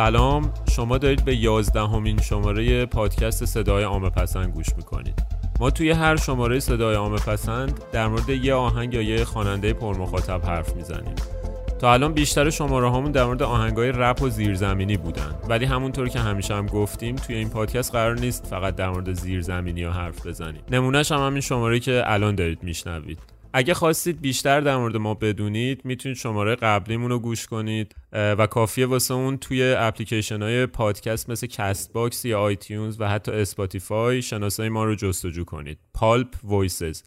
سلام، شما دارید به 11مین شماره پادکست صدای عامه‌پسند گوش میکنید. ما توی هر شماره صدای عامه‌پسند در مورد یه آهنگ یا یه خواننده پرمخاطب حرف میزنیم. تا الان بیشتر شماره هامون در مورد آهنگای رپ و زیرزمینی بودن، ولی همونطور که همیشه هم گفتیم توی این پادکست قرار نیست فقط در مورد زیرزمینی ها حرف بزنیم. نمونهش هم همین شماره که الان دارید میشنوید. اگه خواستید بیشتر در مورد ما بدونید میتونید شماره قبلیمون رو گوش کنید و کافیه واسه اون توی اپلیکیشن های پادکست مثل کست باکس یا آیتیونز و حتی اسپاتیفای شناسای ما رو جستجو کنید. پالپ وایسز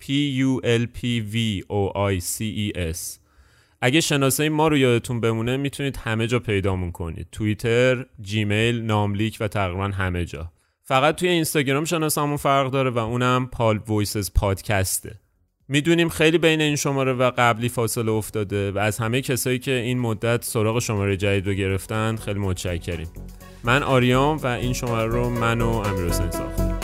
PULPVOICES. اگه شناسای ما رو یادتون بمونه میتونید همه جا پیدامون کنید. توییتر، جیمیل، ناملیک و تقریبا همه جا. فقط توی اینستاگرام شناسامون فرق داره و اونم پالپ وایسز پادکسته. میدونیم خیلی بین این شماره و قبلی فاصله افتاده و از همه کسایی که این مدت سراغ شماره جدید رو گرفتن خیلی متشکریم. من آریام و این شماره رو من و امیرحسین ساختیم.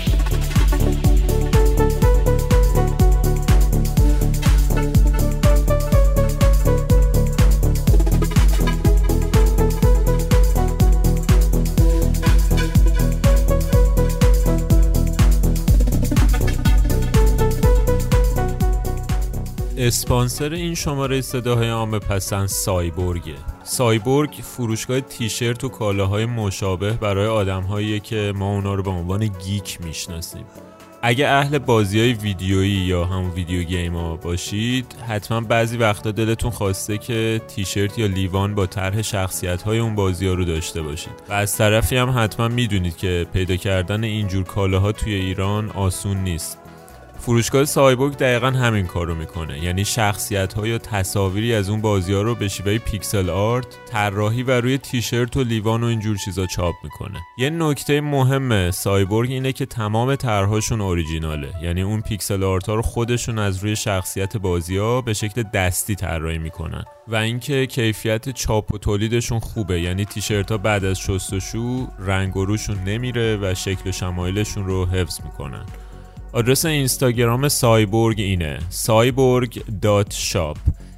اسپانسر این شماره صداهای عامه‌پسند سایبورگه. سایبورگ فروشگاه تیشرت و کالاهای مشابه برای آدم‌هاییه که ما اونا رو به عنوان گیک میشناسیم. اگه اهل بازی‌های ویدیویی یا همون ویدیو گیم‌ها باشید، حتما بعضی وقتا دلتون خواسته که تیشرت یا لیوان با طرح شخصیت‌های اون بازی‌ها رو داشته باشید. و از طرفی هم حتما میدونید که پیدا کردن اینجور کالاها توی ایران آسون نیست. فروشگاه سایبورگ دقیقاً همین کارو میکنه، یعنی شخصیت‌ها یا تصاویری از اون بازی‌ها رو به شیوه پیکسل آرت طراحی و روی تیشرت و لیوان و اینجور چیزا چاپ میکنه. یه نکته مهم سایبورگ اینه که تمام طرح‌هاشون اوریجیناله، یعنی اون پیکسل آرت‌ها رو خودشون از روی شخصیت بازی‌ها به شکل دستی طراحی میکنن و اینکه کیفیت چاپ و تولیدشون خوبه، یعنی تیشرت‌ها بعد از شستشو رنگ و روشون نمیره و شکل و شمایلشون رو حفظ میکنن. آدرس اینستاگرام سایبورگ اینه cyborg.shop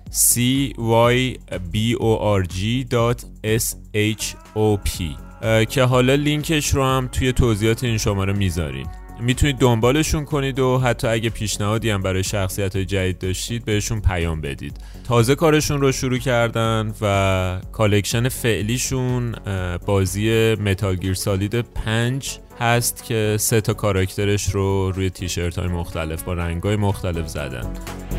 cyborg.shop که حالا لینکش رو هم توی توضیحات این شماره میذاریم. میتونید دنبالشون کنید و حتی اگه پیشنهادی هم برای شخصیت‌های جدید داشتید بهشون پیام بدید. تازه کارشون رو شروع کردن و کالکشن فعلیشون بازی متال گیر سالید 5 هست که 3 تا کاراکترش رو روی تیشرت های مختلف با رنگ های مختلف زدن.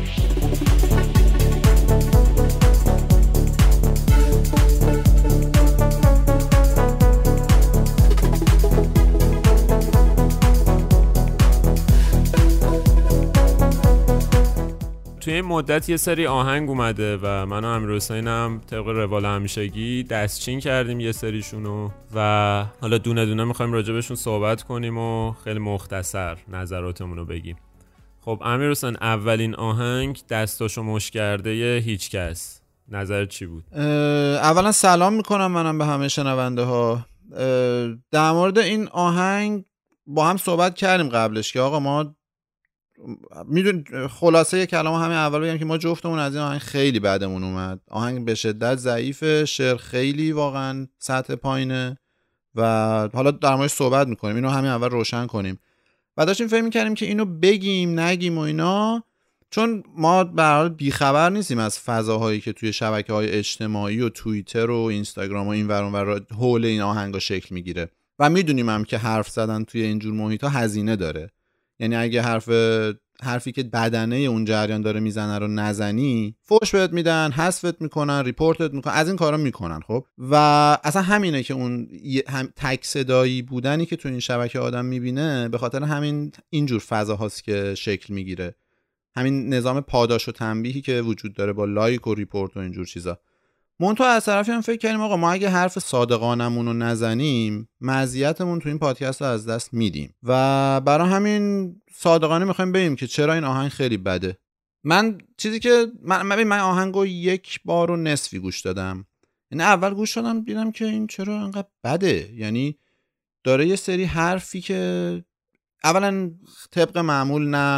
توی این مدت یه سری آهنگ اومده و من و امیرحسینم طبق روال همیشگی دستچین کردیم یه سریشونو و حالا دونه دونه میخوایم راجبشون صحبت کنیم و خیلی مختصر نظراتمونو بگیم. خب امیرحسین، اولین آهنگ دستاشو مشت کرده هیچ کس، نظرت چی بود؟ اولا سلام میکنم منم به همه شنونده ها. در مورد این آهنگ با هم صحبت کردیم قبلش که آقا ما میدونید، خلاصه کلام همین اول بگم که ما جفتمون از این آهنگ خیلی بدمون اومد. آهنگ به شدت ضعیفه، شعر خیلی واقعا سطح پایینه و حالا در موردش صحبت میکنیم، اینو همین اول روشن کنیم. و داشتیم فکر می‌کردیم که اینو بگیم نگیم و اینا، چون ما به هر حال بیخبر نیستیم از فضاهایی که توی شبکه‌های اجتماعی و توییتر و اینستاگرام و این ور اون ور حول این آهنگا شکل میگیره و میدونیم هم که حرف زدن توی اینجور محیط‌ها هزینه داره. یعنی اگه حرفی که بدنه اون جریان داره میزنه رو نزنی، فوش بهت میدن، حذفت میکنن، ریپورتت میکنن، از این کارا میکنن. خب و اصلا همینه که اون تک صدایی بودنی که تو این شبکه آدم میبینه به خاطر همین اینجور فضاهاست که شکل میگیره. همین نظام پاداش و تنبیهی که وجود داره با لایک و ریپورت و اینجور چیزا. منتها از طرفی هم فکر کردیم آقا ما اگه حرف صادقانمون رو نزنیم مزیتمون تو این پادکست رو از دست میدیم و برای همین صادقانه میخوایم بگیم که چرا این آهنگ خیلی بده. من چیزی که من آهنگو 1.5 بار گوش دادم. یعنی اول گوش دادم دیدم که این چرا انقدر بده، یعنی داره یه سری حرفی که اولا طبق معمول نه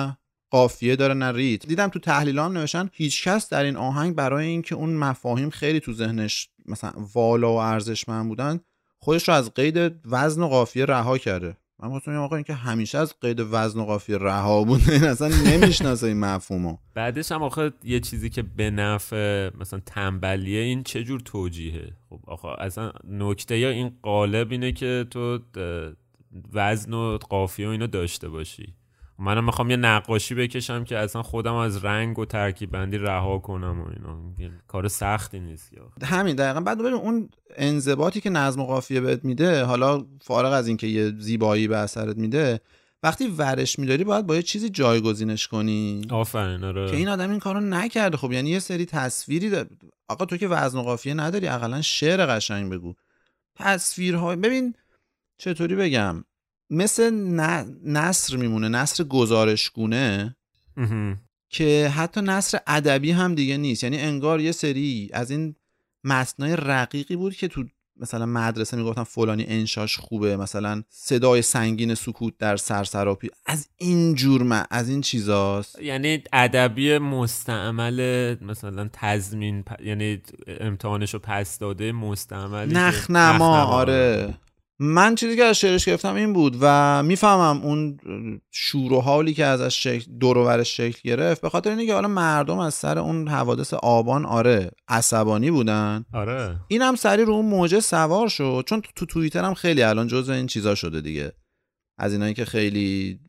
قافیه داره نه ریتم. دیدم تو تحلیلام نوشتن هیچکس در این آهنگ برای اینکه اون مفاهیم خیلی تو ذهنش مثلا والا و ارزشمند بودن خودش رو از قید وزن و قافیه رها کرده. من گفتم آقا این که همیشه از قید وزن و قافیه رها بوده، این اصلا نمیشناسه این مفهومو. بعدش هم آخه یه چیزی که به نفع مثلا تنبلیه، این چه جور توجیهه؟ خب آخه اصلا نکته یا این قالب اینه که تو وزن و قافیه و اینو داشته باشی. منم میخوام یه نقاشی بکشم که اصلا خودم از رنگ و ترکیب بندی رها کنم و اینا، کار سختی نیست. همین دقیقاً. بعد ببین اون انضباطی که نظم و قافیه بهت میده، حالا فارغ از این که یه زیبایی به اثرت میده، وقتی ورش میداری باید با یه چیزی جایگزینش کنی. آفرین. آره. که این آدم این کارو نکرده. خب یعنی یه سری تصویری داره. آقا تو که وزن و قافیه نداری، حداقل شعر قشنگ بگو. تصویرها ببین چطوری بگم، مثل نثر میمونه، نثر گزارشگونه که حتی نثر ادبی هم دیگه نیست. یعنی انگار یه سری از این متنای رقیقی بود که تو مثلا مدرسه میگفتن فلانی انشاش خوبه، مثلا صدای سنگین سکوت در سرسراپی، از این جور از این چیزاست. یعنی ادبی مستعمل، مثلا تضمین یعنی امتحانشو پس داده مستعملی، نخنما. آره من چیزی که از شعرش گرفتم این بود و میفهمم اون شور و حالی که ازش دور و برش شکل گرفت، به خاطر اینه که حالا مردم از سر اون حوادث آبان عصبانی بودن. آره اینم سری رو اون موجه سوار شد، چون تو توییتر هم خیلی الان جزو این چیزا شده دیگه، از اینایی که خیلی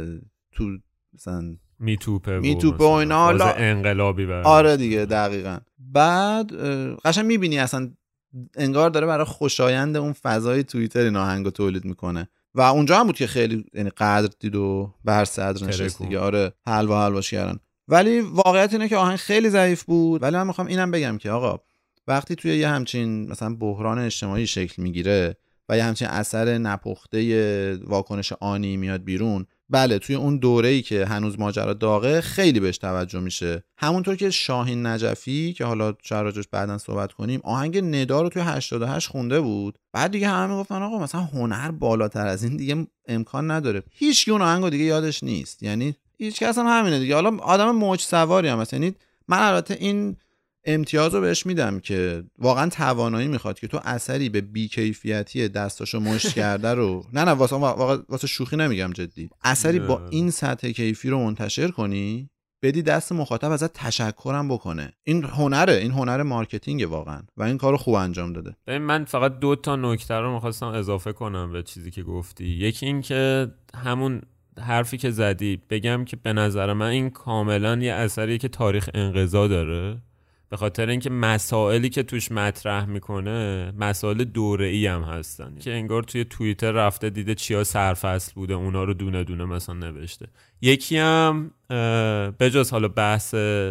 تو مثلا میتوپه و اینا، حالا انقلابی برد. آره دیگه دقیقاً. بعد قشنگ میبینی اصلا انگار داره برای خوشایند اون فضای توییتر این آهنگو تولید میکنه و اونجا هم بود که خیلی یعنی قدر دید و بر صدر نشست دیگه. آره حلواش کردن. ولی واقعیت اینه که آهنگ خیلی ضعیف بود. ولی من میخوام اینم بگم که آقا وقتی توی یه همچین مثلا بحران اجتماعی شکل میگیره و یه همچین اثر نپخته واکنش آنی میاد بیرون، بله توی اون دوره‌ای که هنوز ماجرا داغه خیلی بهش توجه میشه. همونطور که شاهین نجفی که حالا راجعش بعداً صحبت کنیم آهنگ ندا رو توی 88 خونده بود، بعد دیگه همه میگفتن آقا مثلا هنر بالاتر از این دیگه امکان نداره. هیچ کی اون آهنگو دیگه یادش نیست، یعنی هیچ کس هم همینه دیگه. حالا آدم موج سواری هم مثلا من البته این امتیاز رو بهش میدم که واقعا توانایی میخواد که تو اثری به بیکیفیتی دستاشو مشت کرده رو نه واسه شوخی نمیگم، جدی، اثری با این سطح کیفی رو منتشر کنی، بدی دست مخاطب ازت تشکرم بکنه. این هنر مارکتینگ واقعا و این کارو خوب انجام داده. من فقط 2 تا نکته رو میخواستم اضافه کنم به چیزی که گفتی. یکی این که همون حرفی که زدی، بگم که به نظر من این کاملا یه اثریه که تاریخ انقضا داره، به خاطر اینکه مسائلی که توش مطرح میکنه مسائل دوره‌ای هم هستن که انگار توی توییتر رفته دیده چیا سرفصل بوده اونا رو دونه دونه مثلا نوشته. یکی هم بجز حالا بحث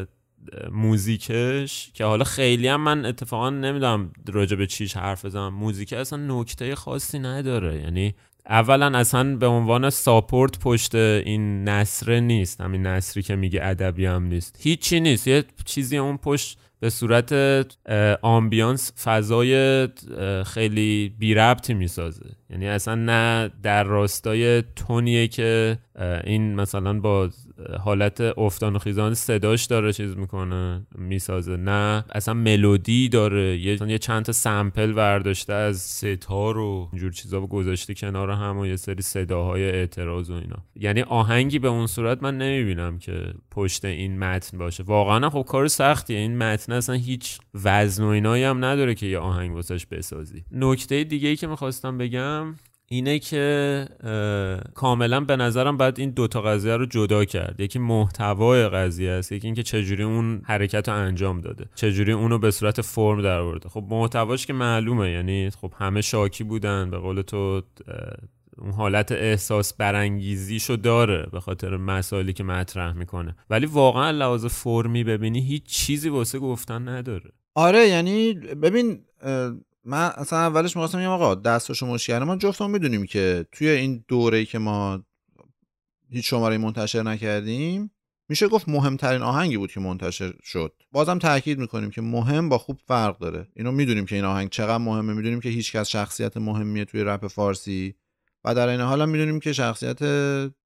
موزیکش که حالا خیلی هم من اتفاقا نمیدونم راجع به چیش حرف بزنم، موزیک اصلا نکته خاصی نداره. یعنی اولا اصلا به عنوان ساپورت پشت این نثر نیست، همین نثری که میگه ادبی هم نیست، هیچی نیست، یه چیزی اون پشت به صورت آمبیانس فضای خیلی بی ربطی میسازه. یعنی اصلا نه در راستای تونیه که این مثلا با حالت افتان و خیزان صداش داره چیز میکنه میسازه، نه اصلا ملودی داره، یه چند تا سمپل برداشته از ستار و اینجور چیزا و گذاشته کنار هم و یه سری صداهای اعتراض و اینا. یعنی آهنگی به اون صورت من نمیبینم که پشت این متن باشه. واقعا خب کار سختیه، این متن اصلا هیچ وزن و اینایی هم نداره که یه آهنگ واسش بسازی. نکته دیگه ای که میخواستم بگم اینه که کاملا به نظرم باید این 2 تا قضیه رو جدا کرد. یکی محتوای قضیه است، یکی اینکه چجوری اون حرکت رو انجام داده، چجوری اونو به صورت فرم در آورده. خب محتواش که معلومه، یعنی خب همه شاکی بودن، به قول تو اون حالت احساس برانگیزیشو داره به خاطر مسائلی که مطرح میکنه، ولی واقعا لحاظ فرمی ببینی هیچ چیزی واسه گفتن نداره. آره یعنی ببین من اصلا اولش می‌خواستم بگم آقا دستاشو مشت کرده، ما جفتمون میدونیم که توی این دوره‌ای که ما هیچ شماره منتشر نکردیم میشه گفت مهمترین آهنگی بود که منتشر شد. بازم تاکید میکنیم که مهم با خوب فرق داره. اینو میدونیم که این آهنگ چقدر مهمه، میدونیم که هیچ کس شخصیت مهمیه توی رپ فارسی و در این حال هم میدونیم که شخصیت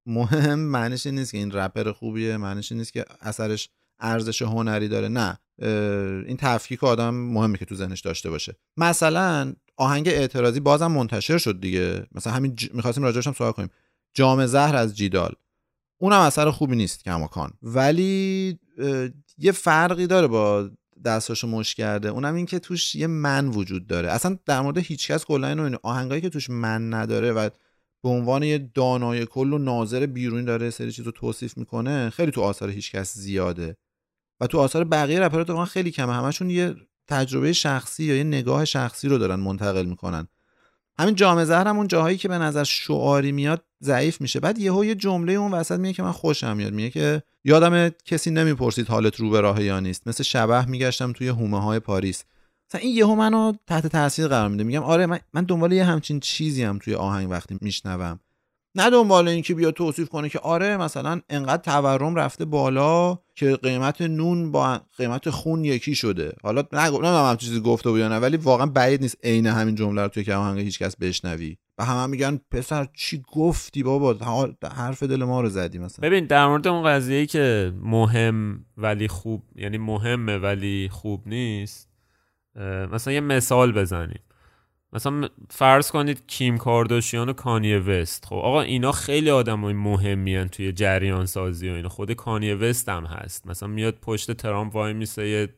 مهم معنیش این نیست که این رپر خوبیه، معنیش این نیست که اثرش ارزش هنری داره. نه، این تفکیک آدم مهمه که تو ذهنش داشته باشه. مثلا آهنگ اعتراضی بازم منتشر شد دیگه، مثلا همین می‌خواستیم راجعش هم صحبت کنیم، جام زهر از جیدال، اونم اثر خوبی نیست کماکان، ولی یه فرقی داره با دستاشو مشت کرده، اونم این که توش یه من وجود داره. اصلا در مورد هیچکس کلا اینو آهنگایی که توش من نداره و به عنوان یه دانای کل و ناظر بیرونی داره سری چیزو توصیف میکنه، خیلی تو آثار هیچکس زیاده و تو آثار بقیه رپرها واقعا خیلی کمه. همشون یه تجربه شخصی یا یه نگاه شخصی رو دارن منتقل میکنن. همین جام زهر هم اون جاهایی که به نظر شعاری میاد ضعیف میشه، بعد یه جمله اون وسط میگه که من خوشم میاد، میگه که یادم کسی نمیپرسید حالت رو به راه یا نیست، مثل شبح میگشتم توی حومه های پاریس. مثلا این یهو منو تحت تاثیر قرار میده، میگم آره من دنبال یه همچین چیزی هم توی آهنگ وقتی میشنوم، نه دنبال این که بیا توصیف کنه که آره مثلا انقدر تورم رفته بالا که قیمت نون با قیمت خون یکی شده. حالا نمیدونم چیزی گفته بود یا نه، ولی واقعا بعید نیست عین همین جمله رو توی که آهنگ هیچکس بشنوی و هم میگن پسر چی گفتی بابا، حرف دل ما رو زدی. مثلا ببین در مورد اون قضیه‌ای که مهم ولی خوب، یعنی مهمه ولی خوب نیست، مثلا یه مثال بزنیم. مثلا فرض کنید کیم کارداشیان و کانیه وست. خب آقا اینا خیلی آدمای مهمین توی جریان سازی و اینا. خود کانیه وست هم هست، مثلا میاد پشت ترامپ وای میسه، یه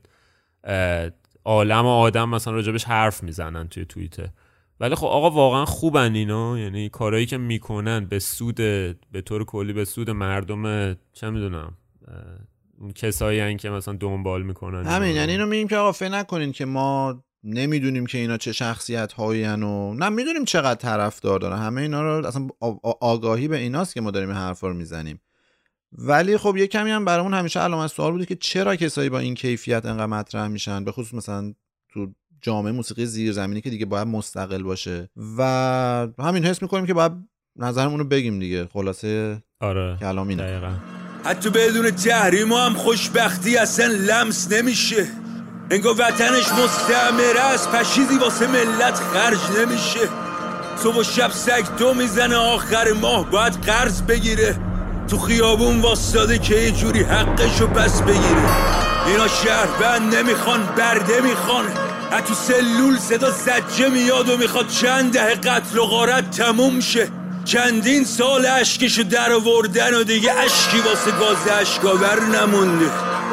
عالم آدم مثلا راجبش حرف میزنن توی توییتر. ولی خب آقا واقعا خوبن اینا؟ یعنی کارهایی که میکنن به طور کلی به سود مردم، چه میدونم اون کسایی هن که مثلا دنبال میکنن همین. یعنی اینو میگیم که آقا فکر نکنین که ما نمیدونیم که اینا چه شخصیت هایی هن و نه میدونیم چقدر طرفدار دارن، همه اینا رو اصلا آگاهی به ایناست که ما داریم این حرفا رو میزنیم. ولی خب یه کمی هم برامون همیشه علامت سوال بوده که چرا کسایی با این کیفیت انقدر مطرح میشن، به خصوص مثلا تو جامعه موسیقی زیرزمینی که دیگه باید مستقل باشه و همین حس میکنیم که باید نظرمون رو بگیم دیگه. خلاصه آره کلام اینه. دقیقاً. حتی بدون تحریم هم خوشبختی اصلا لمس نمیشه، انگار وطنش مستعمره است، پشیزی واسه ملت خرج نمیشه. صبح و شب سگ دو میزنه، آخر ماه باید قرض بگیره، تو خیابون واسطاده که یه جوری حقشو پس بگیره. اینا شهروند نمیخوان، برده میخوان، حتی سلول صدا زجه میاد و میخواد چند دهه قتل و غارت تموم شه. چندین سال اشکشو در آوردن و دیگه اشکی واسه گاز اشکاور نمونده.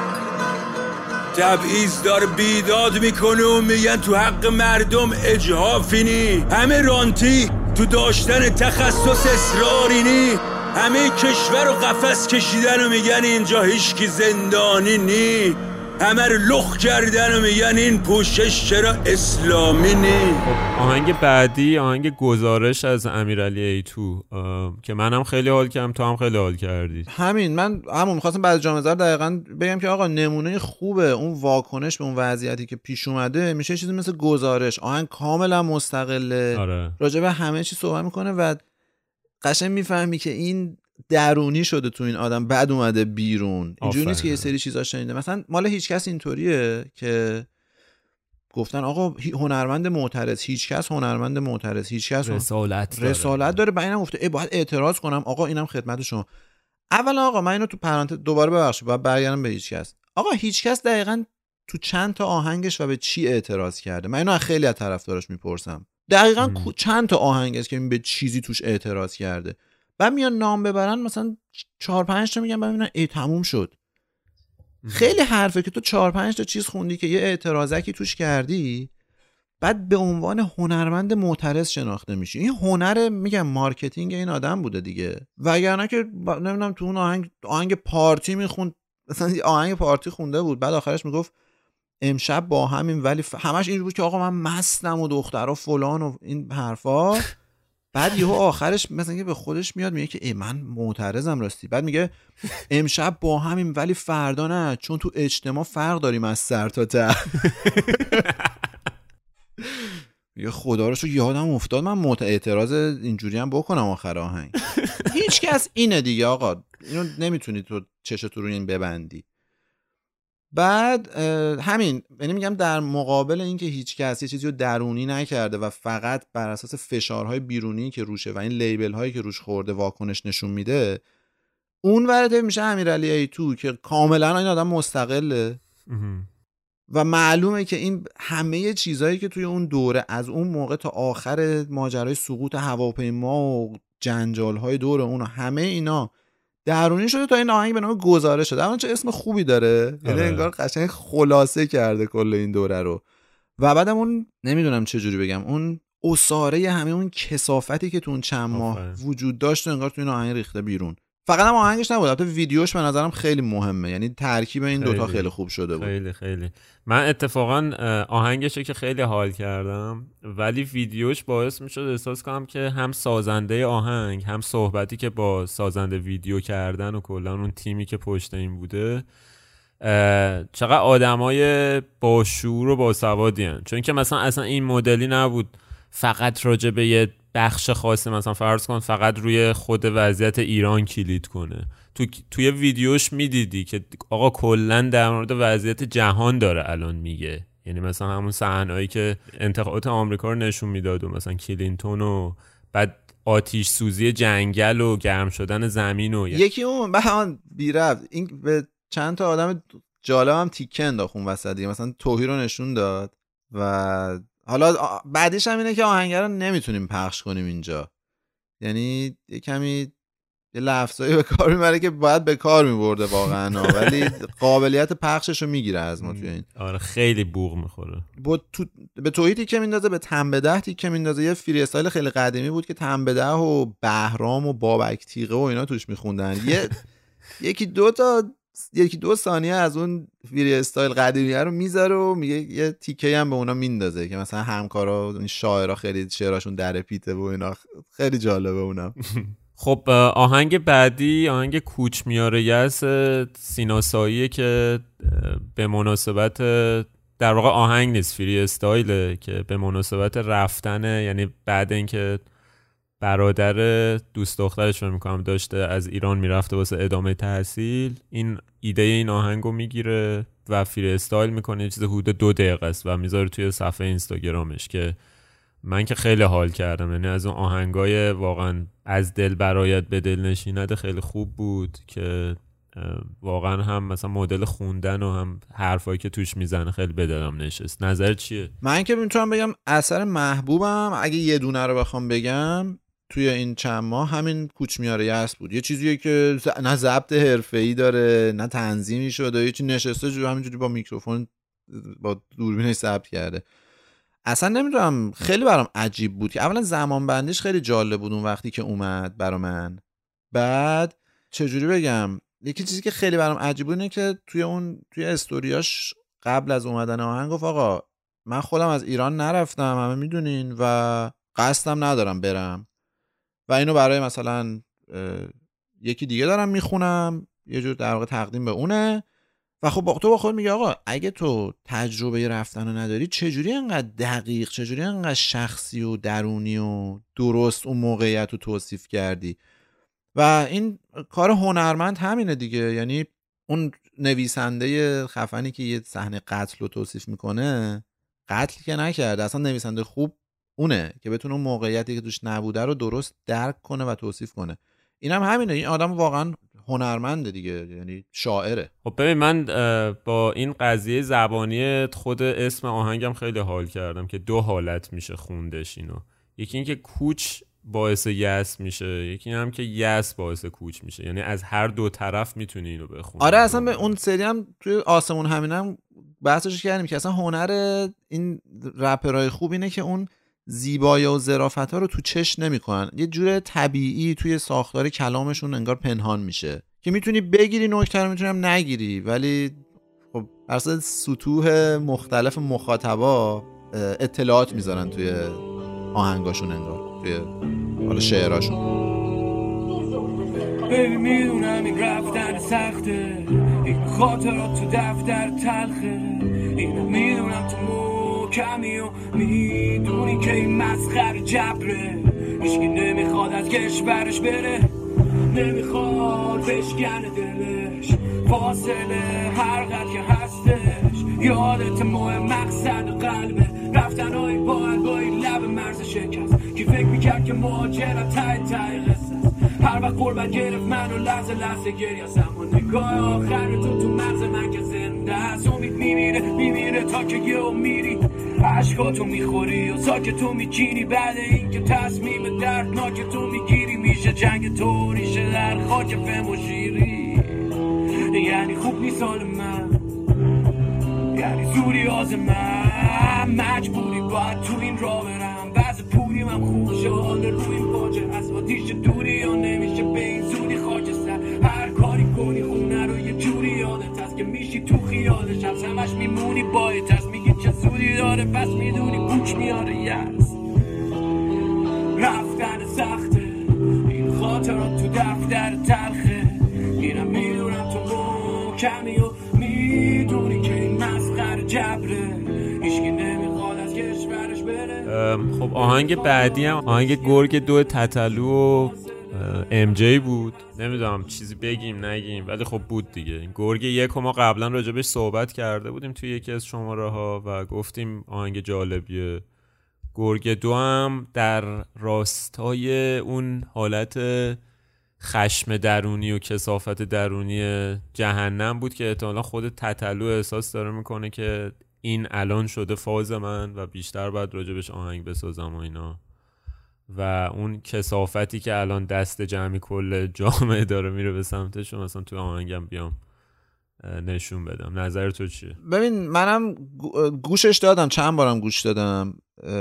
تبعیض داره بیداد میکنه و میگن تو حق مردم اجحافی نی، همه رانتی تو داشتن تخصص اصراری نی، همه کشور رو قفس کشیدن و میگن اینجا هیچکی زندانی نی، همه رو لخ کردن و میگن این پوشش چرا اسلامی نی. آهنگ بعدی آهنگ گزارش از امیرعلی ایتو که منم خیلی حال کردم، تو هم خیلی حال کردی. من می‌خواستم بعد جام زهر دقیقاً بگم که آقا نمونه خوبه اون واکنش به اون وضعیتی که پیش اومده میشه چیزی مثل گزارش. آهنگ کاملا مستقله، آره. راجع به همه چی صحبت میکنه و قشنگ میفهمی که این درونی شده تو این آدم، بعد اومده بیرون. اینجوری نیست که یه سری چیزا شنیده. مثلا مال هیچکس اینطوریه که گفتن آقا هنرمند معترض، هیچکس هنرمند معترض، هیچکس رسالت داره. بعد اینم گفته باید اعتراض کنم. آقا اینم خدمت شما. اولا آقا من اینو تو پرانتز دوباره ببخشید باید برگردم به هیچکس. آقا هیچکس دقیقاً تو چند تا آهنگش و به چی اعتراض کرده؟ من اینو از خیلی از طرفداراش میپرسم. دقیقاً چند تا آهنگ است که این به چیزی توش اعتراض کرده؟ بعد میان نام ببرن مثلا 4-5 تا میگن ببینن تموم شد. خیلی حرفه که تو 4-5 تا چیز خوندی که یه اعتراضکی توش کردی، بعد به عنوان هنرمند معترض شناخته میشی. این هنر میگم مارکتینگ این آدم بوده دیگه، وگرنه که نمیدونم تو اون آهنگ پارتی میخوند، مثلا آهنگ پارتی خونده بود، بعد آخرش میگفت امشب با همین، ولی همش اینجوری بود که آقا من مستم و دخترها فلان و این حرفا. بعد یهو آخرش مثلا که به خودش میاد میگه که من معترضم راستی، بعد میگه امشب با همین ولی فردا نه، چون تو اجتماع فرق داریم از سر تا ته. یه خدا رو شو یادم افتاد من اعتراض اینجوری هم بکنم آخر آهنگ. هیچ کس اینه دیگه آقا، اینو نمیتونی تو چشتو روی این ببندی. بعد همین، یعنی میگم در مقابل اینکه هیچ کس یه چیزی رو درونی نکرده و فقط بر اساس فشارهای بیرونی که روشه و این لیبل هایی که روش خورده واکنش نشون میده، اون ورده میشه امیرعلی ایتو که کاملا این آدم مستقله و معلومه که این همه چیزایی که توی اون دوره از اون موقع تا آخر ماجرای سقوط هواپیما و جنجال‌های دور اون، همه اینا درونی شده تا این آهنگ به نام گزاره شده. اما چه اسم خوبی داره، یعنی انگار قشنگ خلاصه کرده کل این دوره رو. و بعدم اون نمیدونم چه جوری بگم، اون اساره همه اون کثافتی که تو اون چند ماه وجود داشت و انگار تو این آهنگ ریخته بیرون. فقط هم آهنگش نبود، البته ویدیوش به نظرم خیلی مهمه، یعنی ترکیب این دوتا خیلی خوب شده بود. خیلی خیلی من اتفاقا آهنگشه که خیلی حال کردم، ولی ویدیوش باعث میشد احساس کنم که هم سازنده آهنگ هم صحبتی که با سازنده ویدیو کردن و کلا اون تیمی که پشت این بوده چقدر آدمای با شعور و با سوادی هن. چون که مثلا اصلا این مدلی نبود فقط راجع به یه بخش خاصی، مثلا فرض کن فقط روی خود وضعیت ایران کلید کنه. توی ویدیوش میدیدی که آقا کلن در مورد وضعیت جهان داره الان میگه. یعنی مثلا همون صحنه‌ای که انتخابات آمریکا رو نشون میداد و مثلا کلینتون و بعد آتش سوزی جنگل و گرم شدن زمین و یکی اون بهان بی ربط این به چند تا آدم جالب هم تیکه انداخت اون وسط دیگه، مثلا توهی رو نشون داد و حالا بعدیش هم اینه که آهنگر رو نمیتونیم پخش کنیم اینجا، یعنی یه کمی یه لفظایی به کار میبره که باید به کار میبرده واقعا ولی قابلیت پخشش رو میگیره از ما توی این. آره خیلی بوق میخوره. به توهی تیکه میندازه، به تن به ده تیکه میندازه. یه فری استایل خیلی قدیمی بود که تن به ده و بهرام و بابک تیغه و اینا توش میخوندن. یکی دو ثانیه از اون فری استایل قدیمیه رو میذاره و میگه یه تیکه هم به اونا میندازه که مثلا همکارا این شاعرها خیلی شعراشون در پیته و اینا، خیلی جالبه اونم. خب آهنگ بعدی آهنگ کوچ میاره یس سیناساییه که به مناسبت، در واقع آهنگ نیست، فری استایله که به مناسبت رفتنه، یعنی بعد اینکه برادر دوست دخترش رو میکنم داشته از ایران میرفته واسه ادامه تحصیل، این ایده این آهنگو میگیره و فری استایل میکنه. یه چیز حدود 2 دقیقه است و میذاره توی صفحه اینستاگرامش که من که خیلی حال کردم. یعنی از اون آهنگای واقعا از دل برایت به دل نشیند خیلی خوب بود که واقعا هم مثلا مدل خوندن و هم حرفایی که توش میزنه خیلی به دلم نشست. نظر چیه؟ من که میتونم بگم اثر محبوبم اگه یه دونه رو بخوام بگم توی این چند ماه همین کوچ میاره یس بود. یه چیزیه که نه ضبط حرفه‌ای داره نه تنظیمی شده، یه چیز نشسته جو همینجوری با میکروفون با دوربینش ضبط کرده. اصلا نمیدونم خیلی برام عجیب بود که اولا زمان بندیش خیلی جالب بود اون وقتی که اومد برا من. بعد چجوری بگم، یکی چیزی که خیلی برام عجیب بود اینه که توی استوریاش قبل از اومدن آهنگ گفت آقا من خودم از ایران نرفتم، همه میدونین و قصدم ندارم برم و اینو برای مثلا یکی دیگه دارم میخونم، یه جور در واقع تقدیم به اونه. و خب تو با خود میگه آقا اگه تو تجربه رفتن رو نداری چجوری انقدر دقیق، چجوری انقدر شخصی و درونی و درست اون موقعیت رو توصیف کردی؟ و این کار هنرمند همینه دیگه. یعنی اون نویسنده خفنی که یه صحنه قتل رو توصیف میکنه، قتل که نکرده، اصلا نویسنده خوب اونه که بتونه اون موقعیتی که توش نبوده رو درست درک کنه و توصیف کنه. اینم همینه، این آدم واقعا هنرمنده دیگه، یعنی شاعره. خب ببین من با این قضیه زبانی خود اسم آهنگم خیلی حال کردم که 2 حالت میشه خوندش اینو. یکی این که کوچ باعث یس میشه، یکی هم که یس باعث کوچ میشه، یعنی از هر 2 طرف میتونی اینو بخونی. آره اصلا به اون سری هم توی آسمون همینم بحثش کردیم که اصلا هنر این رپرای خوب اینه که اون زیبایی و ظرافت‌ها رو تو چش نمی‌کنن، یه جور طبیعی توی ساختار کلامشون انگار پنهان میشه که میتونی بگیری نکته رو، میتونی هم نگیری، ولی خب اصلا سطوح مختلف مخاطبا اطلاعات میذارن توی آهنگاشون، انگار توی حالا شعراشون. ببین میدونم این رفتن سخته، این خاطرات تو دفتر تلخه، این میدونم تو کمی و میدونی که این مسخر جبره، هیچکی نمیخواد از کشورش بره، نمیخواد بشکنه دلش، فاصله هر قد که هستش یادت ماه مقصد قلبه رفتنهای با البایی لب مرز شکست کی فکر میکرد که مهاجرت ته قصه است هر وقت قربت گرفت منو لحظه لحظه گریه است اما نگاه آخر تو مغز من که زنده است امید میمیره تا که یهو میری عشقاتو میخوری و ساکتو میچینی بعد اینکه تصمیم دردناکتو میگیری میشه جنگ تو ریشه در خاک فهم و شیری یعنی خوب نیست حال من یعنی زوری آز من مجبوری باید تو این راه برم بعض پولی من خوب شال روی این باجه از آتیش دوری یا نمیشه به این زودی خاکستر هر کاری کنی خونه رو یه جوری یادت هست که میشی تو خیالش همش میمونی باید هست میگی چه زودی داره پس میدونی بوک میاره یست رفتن سخته این خاطرات تو دفتر تلخه اینم میدونم تو کمی و میدونی که این مسخر جبره هیچکی نمیخواد از کشورش بره. خب آهنگ بعدی هم آهنگ گرگ 2 تتلو و ام جی بود. نمیدونم چیزی بگیم نگیم ولی خب بود دیگه. این گرگ 1 ما قبلا راجبش صحبت کرده بودیم توی یکی از شماره ها و گفتیم آهنگ جالبیه. گرگ 2 هم در راستای اون حالت خشم درونی و کثافت درونی جهنم بود که احتمالا خود تتلو احساس داره میکنه که این الان شده فاز من و بیشتر باید راجبش آهنگ بسازم و اینا و اون کثافتی که الان دست جمعی کل جامعه داره میره به سمتش و مثلا توی آهنگم بیام نشون بدم. نظر تو چیه؟ ببین منم گوشش دادم، چند بارم گوش دادم.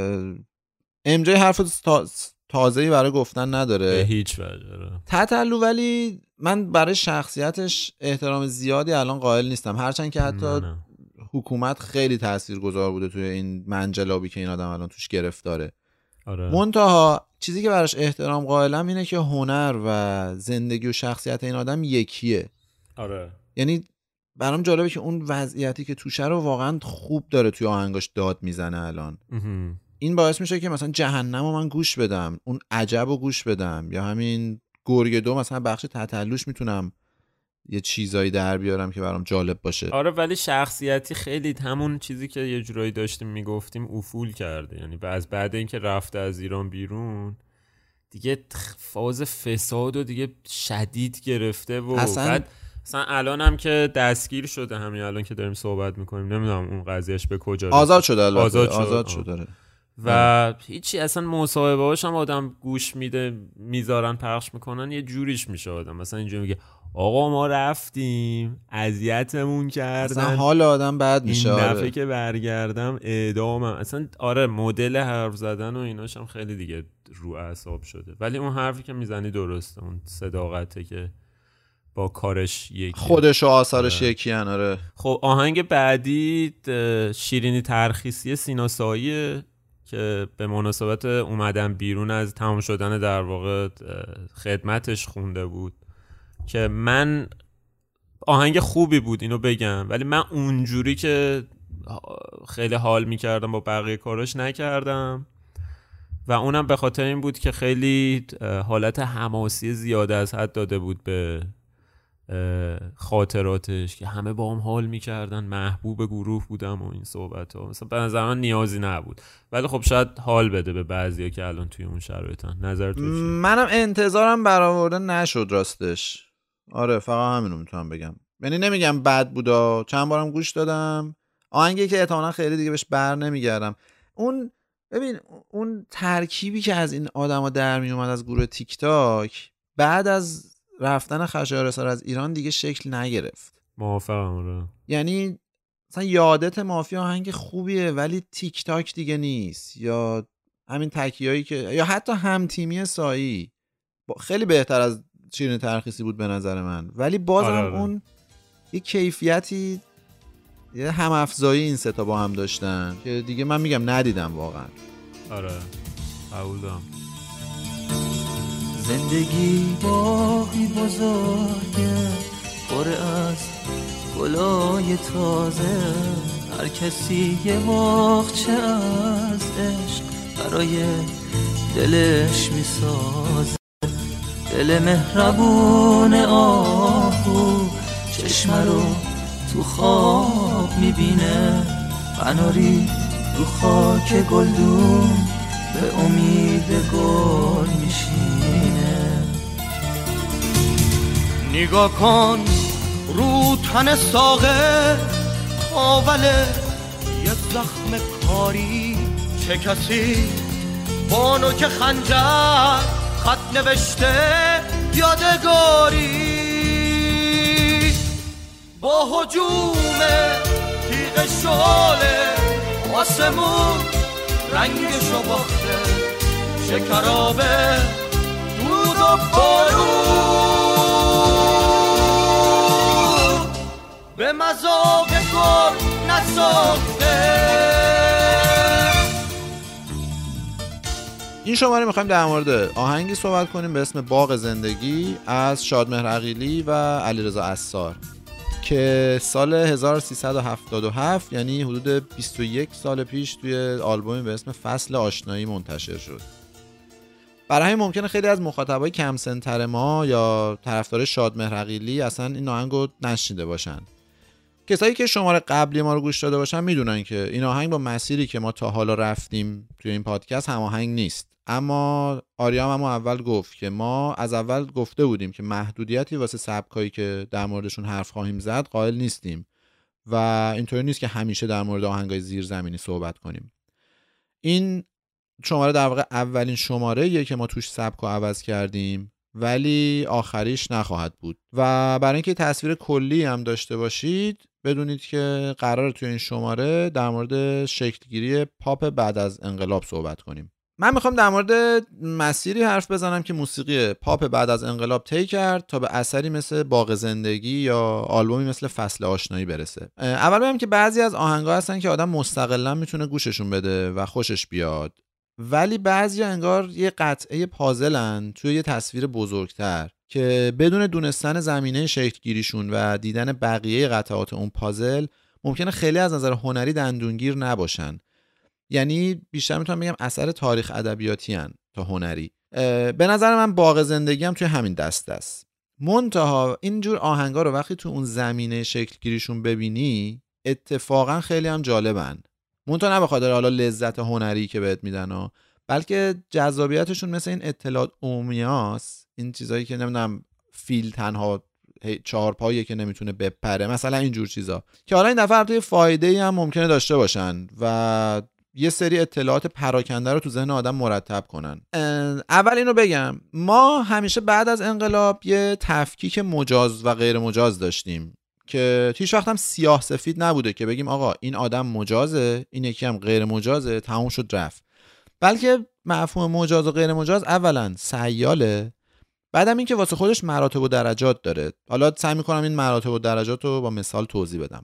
ام جی حرف تازه‌ای برای گفتن نداره به هیچ وجه. تتلو ولی من برای شخصیتش احترام زیادی الان قائل نیستم، هرچند که حتی حکومت خیلی تاثیرگذار بوده توی این منجلابی که این آدم الان توش گرفتاره. آره. منتها چیزی که براش احترام قائلم اینه که هنر و زندگی و شخصیت این آدم یکیه. آره. یعنی برام جالبه که اون وضعیتی که توشه رو واقعا خوب داره توی آهنگاش داد میزنه الان. این باعث میشه که مثلا جهنم رو من گوش بدم، اون عجب رو گوش بدم، یا همین گرگ 2 مثلا بخش تتلوش میتونم یه چیزایی در بیارم که برام جالب باشه. آره ولی شخصیتی خیلی همون چیزی که یه جورایی داشتیم میگفتیم افول کرده. یعنی بعد اینکه رفته از ایران بیرون دیگه فاز فساد و دیگه شدید گرفته و مثلا الان هم که دستگیر شده، همین الان که داریم صحبت میکنیم نمیدونم اون قضیهش به کجا آزاد شده. آزاد شده. و هیچی اصلا مصاحبه هاش هم آدم گوش میده میذارن پخش میکنن یه جوریش میشه آدم مثلا اینجوری میگه آقا ما رفتیم اذیتمون کردن، اصلا حال آدم بد میشه. این دفعه که برگردم اعدامم. اصلا آره مدل حرف زدن و ایناش هم خیلی دیگه رو اعصاب شده. ولی اون حرفی که میزنی درسته، اون صداقته که با کارش یکی، خودش و آثارش یکی ان. آره. خب آهنگ بعدی شیرینی ترخیصی سینا ساییه که به مناسبت اومدن بیرون از تمام شدن در واقع خدمتش خونده بود که من آهنگ خوبی بود اینو بگم، ولی من اونجوری که خیلی حال میکردم با بقیه کاراش نکردم و اونم به خاطر این بود که خیلی حالت حماسی زیاده از حد داده بود به خاطراتش که همه با هم حال میکردن، محبوب گروه بودم و این صحبت ها. مثلا به نظر من نیازی نبود، ولی خب شاید حال بده به بعضیا که الان توی اون شرایطن. نظر تو چیه؟ منم انتظارم برآورده نشد راستش. آره فقط همینو میتونم بگم. یعنی نمیگم بد بودا، چند بارم گوش دادم، آهنگی که احتمالاً خیلی دیگه بهش بر نمیگردم. اون ببین اون ترکیبی که از این آدما در می اومد از گروه تیک تاک بعد از رفتن خشایارسار از ایران دیگه شکل نگرفت. موافقم. یعنی مثلا یادت مافیا آهنگ خوبیه ولی تیک تاک دیگه نیست، یا همین تکیایی که یا حتی هم تیمی سایی خیلی بهتر از شیرین ترخیصی بود به نظر من، ولی بازم اون یه کیفیتی، یه هم افزایی این سه تا با هم داشتن که دیگه من میگم ندیدم واقعا. آره قبول دارم. زندگی باقی بزرگه پر از گلای تازه، هر کسی یه باغچه از عشق برای دلش میسازه. دل مهربون آهو چشم رو تو خواب میبینه، قناری رو خاک گلدون به امید گل میشینه. نگاه کن رو تن ساقه آوله یه زخم کاری، چه کسی بانو که خنجر خط نوشته یادگاری. با هجوم تیغ شعله آسمون رنگشو باخته، شکرابه دود و بارون به مذاق گل نساخته. این شماره میخوایم در مورد آهنگی صحبت کنیم به اسم باغ زندگی از شادمهر عقیلی و علیرضا عصار که سال 1377 یعنی حدود 21 سال پیش توی آلبومی به اسم فصل آشنایی منتشر شد. برای همین ممکنه خیلی از مخاطبای کم سن‌تر ما یا طرفدار شادمهر عقیلی اصلا این آهنگو نشنیده باشن. کسایی که شماره قبلی ما رو گوش داده باشن میدونن که این آهنگ با مسیری که ما تا حالا رفتیم توی این پادکست هماهنگ نیست. اما آریام هم اول گفت که ما از اول گفته بودیم که محدودیتی واسه سبکایی که در موردشون حرف خواهیم زد قائل نیستیم و اینطوری نیست که همیشه در مورد آهنگای زیرزمینی صحبت کنیم. این شماره در واقع اولین شماره‌ایه که ما توش سبکو عوض کردیم ولی آخریش نخواهد بود و برای اینکه تصویر کلی هم داشته باشید بدونید که قراره توی این شماره در مورد شکلگیری پاپ بعد از انقلاب صحبت کنیم. من میخوام در مورد مسیری حرف بزنم که موسیقی پاپ بعد از انقلاب طی کرد تا به اثری مثل باغ زندگی یا آلبومی مثل فصل آشنایی برسه. اول بگم که بعضی از آهنگا هستن که آدم مستقلاً میتونه گوششون بده و خوشش بیاد، ولی بعضیا انگار یه قطعه پازلن توی یه تصویر بزرگتر که بدون دونستن زمینه شکل‌گیریشون و دیدن بقیه قطعات اون پازل ممکنه خیلی از نظر هنری دندونگیر نباشن. یعنی بیشتر میتونم بگم اثر تاریخ ادبیاتی ان تا هنری. به نظر من باغ زندگی هم توی همین دسته است. منتها اینجور آهنگا رو وقتی تو اون زمینه شکل‌گیریشون ببینی اتفاقا خیلی هم جالبن. منتها نه به خاطر حالا لذت هنری که بهت میدن بلکه جذابیتشون مثل این اطلاعات عمومیاست، این چیزایی که نمیدونم فیل تنها 4 پایه که نمیتونه بپره، مثلا اینجور چیزا که حالا این دفعه توی فایده‌ای هم ممکنه داشته باشن و یه سری اطلاعات پراکنده رو تو ذهن آدم مرتب کنن. اول اینو بگم ما همیشه بعد از انقلاب یه تفکیک مجاز و غیر مجاز داشتیم که هیچ وقت هم سیاه سفید نبوده که بگیم آقا این آدم مجازه این یکی هم غیر مجازه تموم شد رفت، بلکه مفهوم مجاز و غیر مجاز اولا سیاله، بعدم این که واسه خودش مراتب و درجات داره. حالا سعی می‌کنم این مراتب و درجات رو با مثال توضیح بدم.